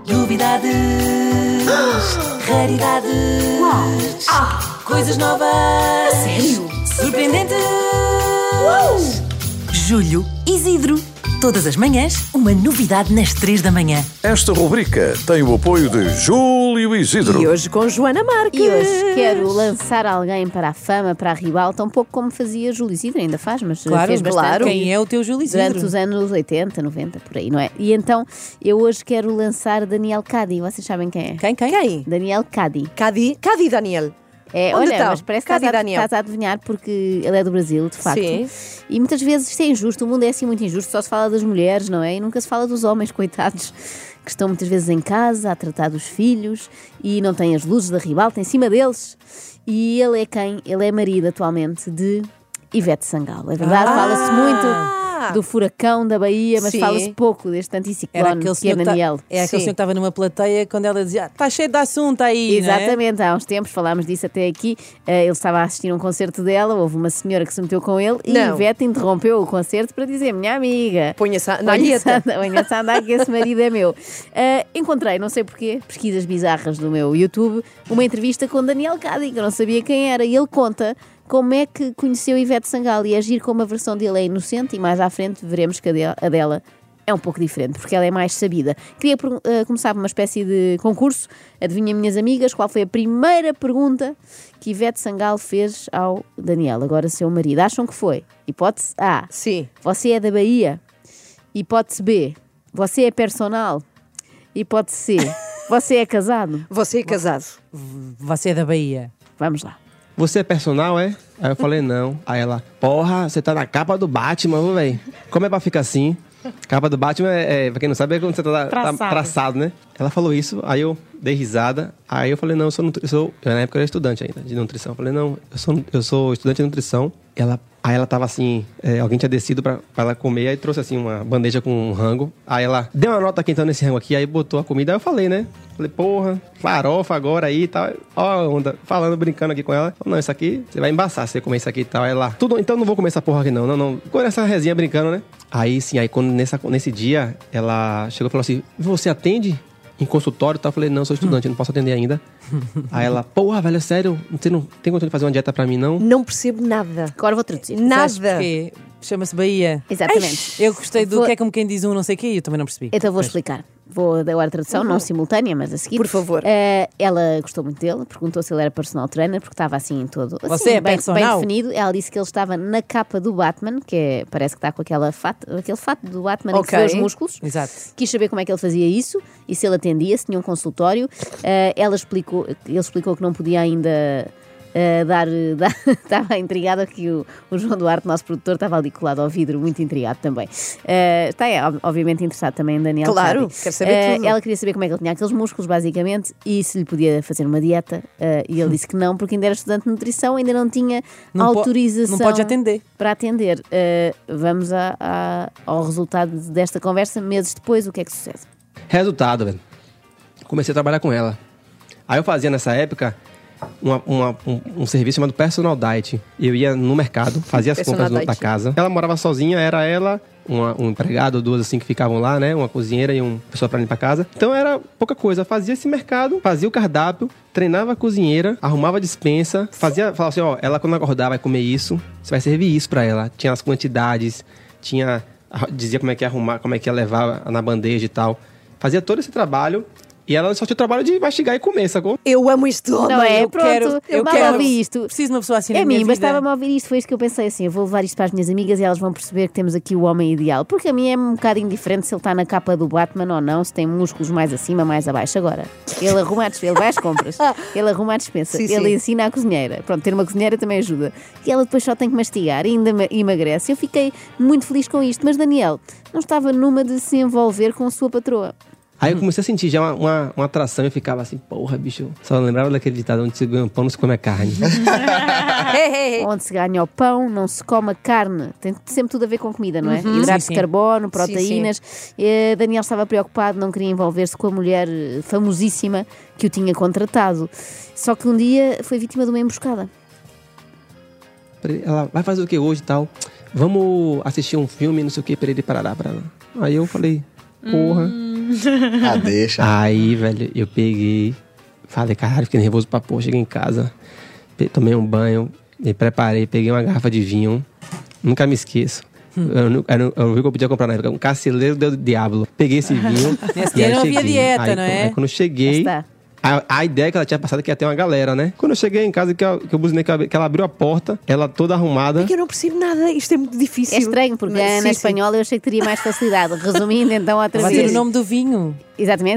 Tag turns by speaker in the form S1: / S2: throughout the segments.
S1: Novidades, raridades, coisas novas,
S2: sério?
S1: Surpreendentes.
S2: Julho, Isidro. Todas as manhãs, uma novidade nas 3 da manhã.
S3: Esta rubrica tem o apoio de Júlio Isidro.
S4: E hoje com Joana Marques.
S5: E hoje quero lançar alguém para a fama, para a ribalta, um pouco como fazia Júlio Isidro, ainda faz, mas fez bastante.
S4: Claro.
S2: Quem é o teu Júlio Isidro?
S5: Durante os anos 80, 90, por aí, não é? E então, eu hoje quero lançar Daniel Cadi. Vocês sabem quem é?
S4: Quem?
S5: Daniel Cadi.
S4: Cadi Daniel.
S5: É,
S4: Onde
S5: olha,
S4: está?
S5: mas parece que
S4: Cadi Daniel.
S5: estás a adivinhar porque ele é do Brasil, de facto.
S4: Sim.
S5: E muitas vezes isto é injusto, o mundo é assim muito injusto, só se fala das mulheres, não é? E nunca se fala dos homens, coitados, que estão muitas vezes em casa a tratar dos filhos e não têm as luzes da ribalta em cima deles. E ele é quem? Ele é marido atualmente de Ivete Sangalo. É verdade, fala-se muito do furacão da Bahia, mas
S4: Sim.
S5: fala-se pouco deste anticiclone que é Daniel.
S2: É aquele
S4: Sim.
S2: senhor que estava numa plateia quando ela dizia: está cheio de assunto aí.
S5: Exatamente, há uns tempos falámos disso até aqui. Ele estava a assistir a um concerto dela, houve uma senhora que se meteu com ele e
S4: Não.
S5: Ivete interrompeu o concerto para dizer: minha amiga,
S4: Ponha-se na
S5: ponha-se
S4: alheta.
S5: a andar que esse marido é meu. Encontrei, não sei porquê, pesquisas bizarras do meu YouTube, uma entrevista com Daniel Cadi, que eu não sabia quem era, e ele conta como é que conheceu Ivete Sangalo e agir como a versão dele é inocente e mais à frente veremos que a dela é um pouco diferente, porque ela é mais sabida. Queria começar por uma espécie de concurso. Adivinha, minhas amigas, qual foi a primeira pergunta que Ivete Sangalo fez ao Daniel, agora seu marido? Acham que foi? Hipótese A:
S4: Sim.
S5: você é da Bahia. Hipótese B: você é personal. Hipótese C: você é casado.
S4: Você é casado.
S2: Você é da Bahia.
S5: Vamos lá.
S6: Você é personal, é? Aí eu falei, não. Aí ela, porra, você tá na capa do Batman, velho. Como é pra ficar assim? Capa do Batman pra quem não sabe, é quando você tá traçado, né? Ela falou isso, aí eu dei risada. Aí eu falei, não, na época eu era estudante ainda, de nutrição. Eu falei, não, eu sou estudante de nutrição. Aí ela tava assim, alguém tinha descido pra ela comer, aí trouxe assim uma bandeja com um rango. Aí ela deu uma nota aqui então nesse rango aqui, aí botou a comida, aí eu falei, né? Falei, porra, farofa agora aí e tal. Ó a onda, falando, brincando aqui com ela. Falei, não, isso aqui, você vai embaçar se você comer isso aqui e tal. Aí ela, tudo, então não vou comer essa porra aqui não. Não. Ficou nessa resinha brincando, né? Aí sim, quando nesse dia, ela chegou e falou assim, você atende em consultório e tal? Eu falei, não, eu sou estudante, eu não posso atender ainda. Aí ela, porra, velho, sério, você não tem condição de fazer uma dieta pra mim, não?
S4: Não percebo nada.
S5: Agora vou traduzir.
S2: Sabes
S4: Nada.
S2: porquê? Chama-se Bahia.
S5: Exatamente.
S2: Eu gostei do
S5: Vou-
S2: que é como quem diz não sei o quê e eu também não percebi.
S5: Então vou explicar. Vou dar agora a tradução, não simultânea, mas a seguir.
S4: Por favor.
S5: Ela gostou muito dele, perguntou se ele era personal trainer, porque estava assim todo assim,
S2: Você é
S5: bem
S2: personal?
S5: definido. Ela disse que ele estava na capa do Batman, parece que está com aquele fato do Batman em que se vê os músculos.
S2: Exato.
S5: Quis saber como é que ele fazia isso e se ele atendia, se tinha um consultório. Ele explicou que não podia ainda estava intrigada que o João Duarte, nosso produtor, estava ali colado ao vidro, muito intrigado também. Está obviamente interessado também em Daniel
S4: Claro,
S5: Cadi.
S4: quero saber tudo.
S5: Ela queria saber como é que ele tinha aqueles músculos, basicamente, e se lhe podia fazer uma dieta. E ele disse que não, porque ainda era estudante de nutrição, ainda não tinha autorização
S2: não pode atender.
S5: para atender. Vamos ao resultado desta conversa. Meses depois, o que é que sucede?
S6: Resultado, velho. Comecei a trabalhar com ela. Aí eu fazia nessa época um serviço chamado Personal Diet. Eu ia no mercado, fazia as
S4: Personal
S6: compras da
S4: Diet.
S6: casa. Ela morava sozinha, era ela, um empregado, duas assim que ficavam lá, né? Uma cozinheira e uma pessoa pra limpar a casa. Então era pouca coisa. Fazia esse mercado, fazia o cardápio, treinava a cozinheira, arrumava a despensa, falava assim, ó, ela quando acordar vai comer isso, você vai servir isso pra ela. Tinha as quantidades, dizia como é que ia arrumar, como é que ia levar na bandeja e tal. Fazia todo esse trabalho. E ela só tinha o trabalho de mastigar e comer, sacou?
S4: Eu amo este homem.
S5: Não é?
S2: eu
S5: Pronto,
S2: quero-
S5: eu
S2: eu quero-
S5: ouvi isto.
S2: Preciso de uma pessoa assim na
S5: É
S2: minha
S5: mim,
S2: vida.
S5: bastava-me ouvir isto. Foi isto que eu pensei assim: eu vou levar isto para as minhas amigas e elas vão perceber que temos aqui o homem ideal. Porque a mim é um bocado indiferente se ele está na capa do Batman ou não, se tem músculos mais acima, mais abaixo. Agora, ele arruma a despensa, ele vai às compras, ele arruma a despensa,
S4: Sim,
S5: ele
S4: sim.
S5: ensina a cozinheira. Pronto, ter uma cozinheira também ajuda. E ela depois só tem que mastigar e ainda emagrece. Eu fiquei muito feliz com isto, mas Daniel não estava numa de se envolver com a sua patroa.
S6: Aí eu comecei a sentir já uma atração e ficava assim, porra, bicho. Só lembrava daquele ditado, onde se ganha pão, não se come carne.
S5: Onde se ganha o pão, não se come a carne. Tem sempre tudo a ver com comida, não é? Hidratos
S2: Sim, sim.
S5: de carbono, proteínas. Daniel estava preocupado, não queria envolver-se com a mulher famosíssima que o tinha contratado. Só que um dia foi vítima de uma emboscada.
S6: Ela vai fazer o que hoje e tal? Vamos assistir um filme, não sei o que, perere parará. Aí eu falei, porra.
S1: Ah, deixa.
S6: Aí, velho, eu peguei, falei, caralho, fiquei nervoso pra pôr. Cheguei em casa, tomei um banho, me preparei, peguei uma garrafa de vinho, nunca me esqueço. Eu vi que eu podia comprar na época, um Cacilheiro del Diablo. Peguei esse vinho.
S2: Nesse dia não havia dieta,
S6: aí,
S2: não é?
S6: Quando eu cheguei, a ideia que ela tinha passado é que ia ter uma galera, né? Quando eu cheguei em casa, que eu buzinei, que ela abriu a porta, ela toda arrumada.
S4: É que eu não percebo nada, isto é muito difícil.
S5: É estranho, porque
S4: Mas,
S5: na
S4: sim,
S5: espanhola eu achei que teria mais facilidade. Resumindo, então, outra
S2: Vai dizer
S5: vez.
S2: o nome do vinho.
S5: Exatamente,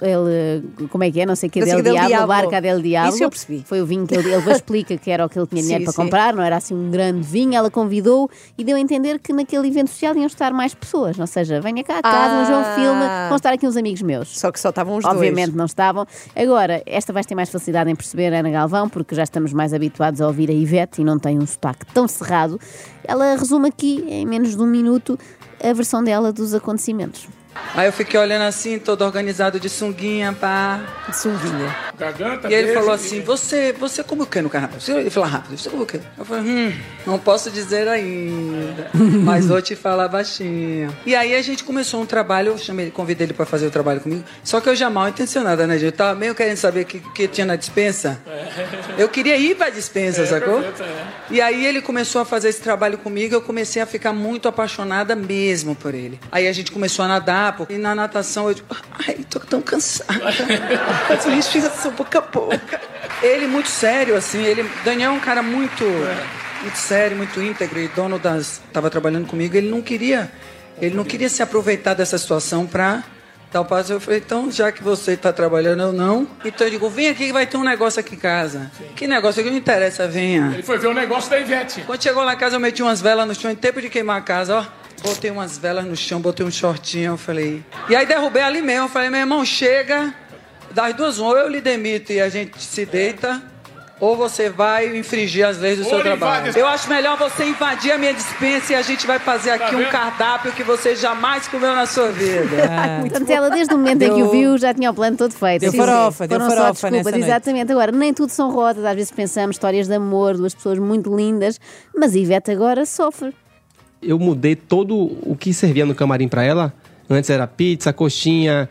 S5: ele como é que é? Não sei o que,
S4: Não sei
S5: del
S4: que del
S5: Diablo,
S4: Diablo.
S5: Barca del Diablo.
S4: Isso eu percebi.
S5: Foi o vinho que ele depois explica que era o que ele tinha dinheiro
S4: Sim,
S5: para
S4: sim.
S5: comprar, não era assim um grande vinho. Ela convidou e deu a entender que naquele evento social iam estar mais pessoas. Ou seja, venha cá a casa, vamos ver um filme, vão estar aqui uns amigos meus.
S4: Só que só estavam os
S5: Obviamente
S4: dois.
S5: não estavam. Agora, esta vais ter mais facilidade em perceber a Ana Galvão, porque já estamos mais habituados a ouvir a Ivete e não tem um sotaque tão cerrado. Ela resume aqui, em menos de um minuto, a versão dela dos acontecimentos.
S7: Aí eu fiquei olhando assim, todo organizado de sunguinha, pá.
S4: De sunguinha.
S7: E aí ele falou assim, você como o quê no carnaval? Ele falou rápido, você como o quê? Eu falei, não posso dizer ainda, mas vou te falar baixinho. E aí a gente começou um trabalho, eu convidei ele pra fazer o trabalho comigo, só que eu já mal intencionada, né, gente? Eu tava meio querendo saber o que tinha na dispensa. Eu queria ir pra dispensa, sacou? E aí ele começou a fazer esse trabalho comigo, eu comecei a ficar muito apaixonada mesmo por ele. Aí a gente começou a nadar, e na natação eu digo, ai, tô tão cansada. Mas a gente fica assim, boca a boca. Ele muito sério, assim, Daniel é um cara muito sério, muito íntegro e dono tava trabalhando comigo, ele não queria se aproveitar dessa situação pra dar o passo. Eu falei, então, já que você tá trabalhando, eu não. Então eu digo, vem aqui que vai ter um negócio aqui em casa. Sim. Que negócio? Que não interessa, venha.
S8: Ele foi ver o negócio da Ivete.
S7: Quando chegou lá em casa, eu meti umas velas no chão, em tempo de queimar a casa, ó. Botei umas velas no chão, botei um shortinho, eu falei... E aí derrubei ali mesmo, eu falei, meu irmão, chega, das duas, ou eu lhe demito e a gente se deita, ou você vai infringir as leis do seu trabalho. Eu acho melhor você invadir a minha dispensa e a gente vai fazer aqui um cardápio que você jamais comeu na sua vida.
S5: Portanto, ela desde o momento em que o viu já tinha o plano todo feito.
S2: Deu
S5: Sim,
S2: farofa,
S5: sim.
S2: deu
S5: Foram só
S2: farofa
S5: desculpas,
S2: nessa noite.
S5: exatamente. Agora, nem tudo são rodas, às vezes pensamos histórias de amor, duas pessoas muito lindas, mas a Ivete agora sofre.
S6: Eu mudei todo o que servia no camarim pra ela. Antes era pizza, coxinha,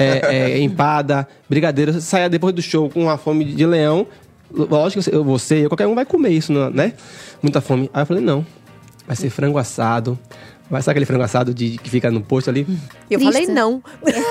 S6: empada, brigadeiro. Você saia depois do show com uma fome de leão. Lógico que você, qualquer um vai comer isso, né? Muita fome. Aí eu falei, não. Vai ser frango assado. Vai ser aquele frango assado que fica no posto ali?
S4: Eu
S5: Triste.
S4: falei não.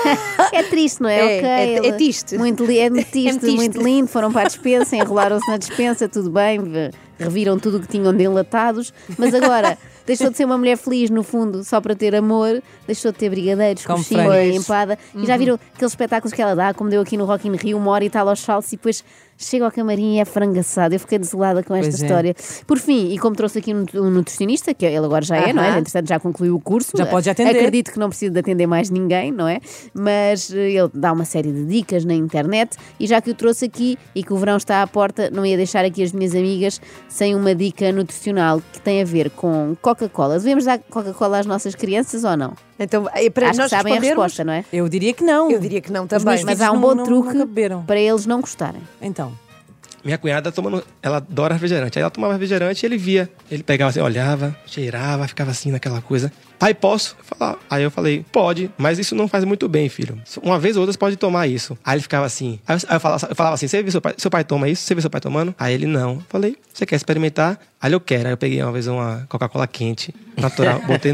S5: É triste, não é?
S4: É,
S5: Ok,
S4: é triste.
S5: É muito triste, muito lindo. Foram para a despensa, enrolaram-se na despensa, tudo bem, reviram tudo o que tinham de enlatados. Mas agora, deixou de ser uma mulher feliz, no fundo, só para ter amor. Deixou de ter brigadeiros,
S2: Como
S5: coxinha,
S2: frangos.
S5: empada. E já viram aqueles espetáculos que ela dá, como deu aqui no Rock in Rio, uma hora e tal aos saltos, e depois chega ao camarim e é frangaçado. Eu fiquei desolada com esta
S2: Pois é.
S5: história. Por fim, e como trouxe aqui um nutricionista, que ele agora já é, não é? Entretanto, já concluiu o curso.
S2: Já pode atender.
S5: Acredito que não precisa de atender mais ninguém, não é? Mas ele dá uma série de dicas na internet e já que o trouxe aqui e que o verão está à porta, não ia deixar aqui as minhas amigas sem uma dica nutricional que tem a ver com Coca-Cola. Devemos dar Coca-Cola às nossas crianças ou não?
S4: Então, para
S5: Acho que
S4: nós
S5: sabem a
S4: respondermos,
S5: resposta, não é?
S2: Eu diria que não.
S4: eu diria que não
S2: Os
S4: também.
S2: meus
S5: Mas
S2: filhos
S5: há um bom
S2: nunca
S5: truque
S2: beberam.
S5: para eles não gostarem.
S2: Então,
S6: Minha cunhada ela adora refrigerante. Aí ela tomava refrigerante e ele via. Ele pegava assim, olhava, cheirava, ficava assim naquela coisa. Pai, posso? Aí eu falei, pode, mas isso não faz muito bem, filho. Uma vez ou outra você pode tomar isso. Aí ele ficava assim. Aí eu falava assim, você viu seu pai toma isso? Você viu seu pai tomando? Aí ele, não. Eu falei, você quer experimentar? Aí eu quero. Aí eu peguei uma vez uma Coca-Cola quente, natural, botei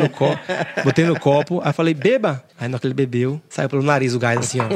S6: no copo. Aí eu falei, beba. Aí na hora que ele bebeu, saiu pelo nariz o gás assim, ó.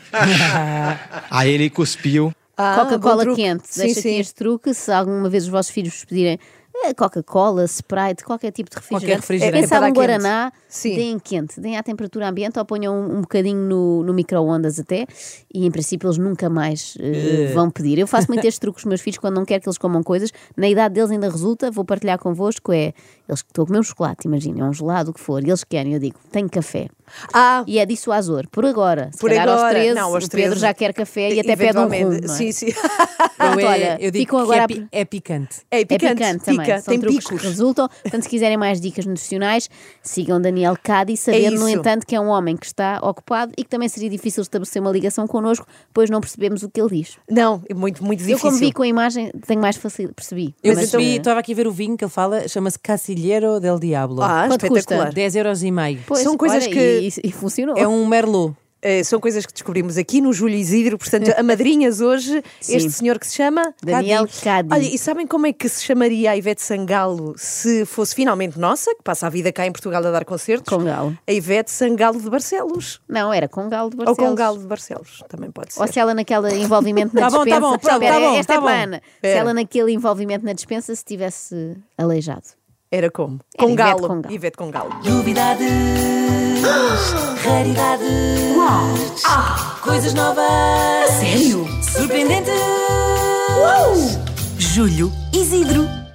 S6: Aí ele cuspiu.
S5: Coca-Cola
S4: bom truque.
S5: quente.
S4: Sim,
S5: Deixa aqui
S4: sim.
S5: este truque. Se alguma vez os vossos filhos vos pedirem Coca-Cola, Sprite, qualquer tipo de refrigerante.
S2: Qualquer refrigerante.
S5: Quem sabe
S4: É
S5: um
S4: para dar
S5: Guaraná,
S4: quente. Sim.
S5: deem quente, deem à temperatura ambiente ou ponham um bocadinho no micro-ondas até e em princípio eles nunca mais vão pedir. Eu faço muito este truque com os meus filhos quando não quero que eles comam coisas. Na idade deles ainda resulta, vou partilhar convosco, eles que estão a comer um chocolate, imaginem, um gelado, o que for, e eles querem, eu digo, tenho café. E é dissuasor, por agora. Se
S4: Por
S5: calhar
S4: agora.
S5: aos 13,
S4: Não, aos
S5: o Pedro
S4: 13,
S5: já quer café e até pede um rum,
S4: eventualmente.
S5: não é?
S4: Sim, sim.
S5: Pronto, olha,
S2: eu digo
S5: ficam
S2: que
S5: agora
S2: é picante.
S4: É
S5: É picante também.
S4: pica,
S5: São
S4: tem
S5: truques
S4: picos.
S5: que resultam. Portanto, se quiserem mais dicas nutricionais, sigam Daniel Cadi, sabendo, no
S4: isso.
S5: entanto, que é um homem que está ocupado e que também seria difícil estabelecer uma ligação connosco, pois não percebemos o que ele diz.
S4: Não, é muito, muito difícil.
S5: Eu, como vi com a imagem, tenho mais facilidade, percebi.
S2: Eu
S5: Mas,
S2: percebi, estava aqui a ver o vinho que ele fala, chama-se Cacilheiro del Diablo.
S4: Ah,
S5: Quanto
S4: espetacular.
S5: custa?
S2: 10,5 €.
S5: pois,
S4: são coisas
S5: olha,
S4: que-
S5: E funcionou.
S2: É um Merlot.
S4: São coisas que descobrimos aqui no Júlio Isidro. Portanto, a madrinhas hoje, este senhor que se chama
S5: Daniel Cadi.
S4: Olha, e sabem como é que se chamaria a Ivete Sangalo se fosse finalmente nossa, que passa a vida cá em Portugal a dar concertos?
S5: Com Galo.
S4: A Ivete Sangalo de Barcelos.
S5: Não, era com Galo de
S4: Ou
S5: Barcelos.
S4: com Galo de Barcelos, também pode ser.
S5: Ou se ela naquele envolvimento na
S4: Tá bom,
S5: dispensa...
S4: tá bom, pronto,
S5: Espera,
S4: tá bom,
S5: esta
S4: tá
S5: é
S4: bom.
S5: para a Ana. Se
S4: Espera.
S5: ela naquele envolvimento na dispensa se tivesse aleijado.
S4: Era como?
S5: Era
S4: Com
S5: Ivete
S4: Galo.
S5: com Galo.
S4: Ivete com Galo.
S2: Novidades, raridades, coisas novas. A sério? Surpreendentes. Júlio Isidro.